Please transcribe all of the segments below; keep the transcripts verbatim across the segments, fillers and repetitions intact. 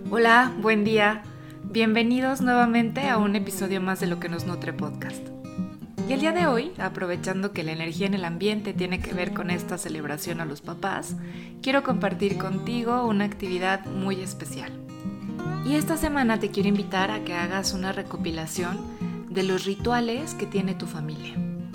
Hola, buen día. Bienvenidos nuevamente a un episodio más de Lo que nos nutre podcast. Y el día de hoy, aprovechando que la energía en el ambiente tiene que ver con esta celebración a los papás, quiero compartir contigo una actividad muy especial. Y esta semana te quiero invitar a que hagas una recopilación de los rituales que tiene tu familia.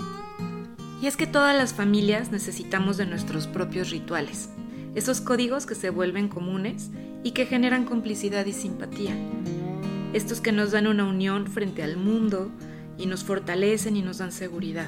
Y es que todas las familias necesitamos de nuestros propios rituales, esos códigos que se vuelven comunes y que generan complicidad y simpatía. Estos que nos dan una unión frente al mundo y nos fortalecen y nos dan seguridad.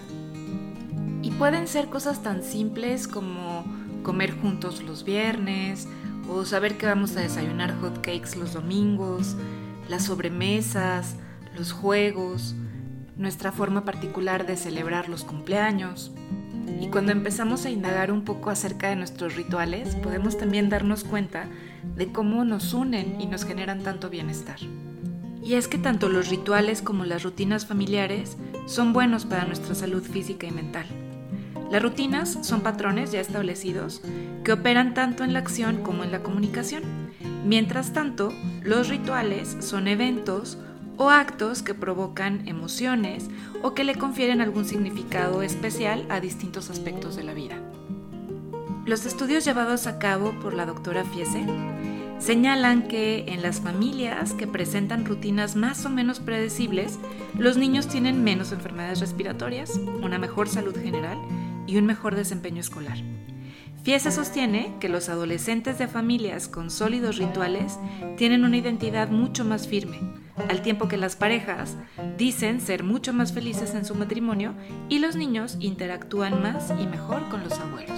Y pueden ser cosas tan simples como comer juntos los viernes, o saber que vamos a desayunar hot cakes los domingos, las sobremesas, los juegos, nuestra forma particular de celebrar los cumpleaños. Y cuando empezamos a indagar un poco acerca de nuestros rituales, podemos también darnos cuenta de cómo nos unen y nos generan tanto bienestar. Y es que tanto los rituales como las rutinas familiares son buenos para nuestra salud física y mental. Las rutinas son patrones ya establecidos que operan tanto en la acción como en la comunicación. Mientras tanto, los rituales son eventos o actos que provocan emociones o que le confieren algún significado especial a distintos aspectos de la vida. Los estudios llevados a cabo por la doctora Fiese señalan que en las familias que presentan rutinas más o menos predecibles, los niños tienen menos enfermedades respiratorias, una mejor salud general y un mejor desempeño escolar. Fiese sostiene que los adolescentes de familias con sólidos rituales tienen una identidad mucho más firme, al tiempo que las parejas dicen ser mucho más felices en su matrimonio y los niños interactúan más y mejor con los abuelos.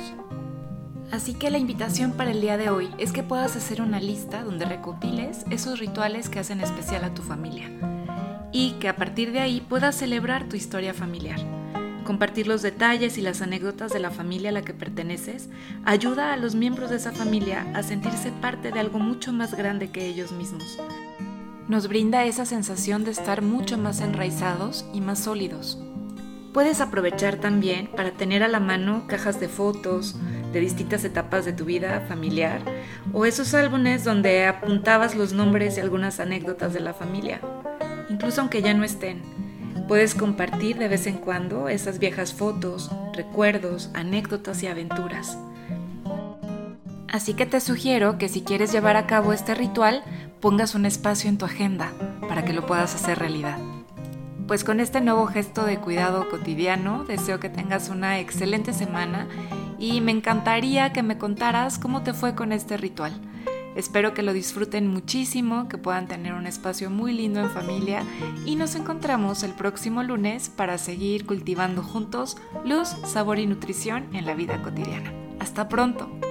Así que la invitación para el día de hoy es que puedas hacer una lista donde recopiles esos rituales que hacen especial a tu familia y que a partir de ahí puedas celebrar tu historia familiar. Compartir los detalles y las anécdotas de la familia a la que perteneces ayuda a los miembros de esa familia a sentirse parte de algo mucho más grande que ellos mismos. Nos brinda esa sensación de estar mucho más enraizados y más sólidos. Puedes aprovechar también para tener a la mano cajas de fotos de distintas etapas de tu vida familiar o esos álbumes donde apuntabas los nombres y algunas anécdotas de la familia, incluso aunque ya no estén. Puedes compartir de vez en cuando esas viejas fotos, recuerdos, anécdotas y aventuras. Así que te sugiero que si quieres llevar a cabo este ritual, pongas un espacio en tu agenda para que lo puedas hacer realidad. Pues con este nuevo gesto de cuidado cotidiano, deseo que tengas una excelente semana y me encantaría que me contaras cómo te fue con este ritual. Espero que lo disfruten muchísimo, que puedan tener un espacio muy lindo en familia y nos encontramos el próximo lunes para seguir cultivando juntos luz, sabor y nutrición en la vida cotidiana. ¡Hasta pronto!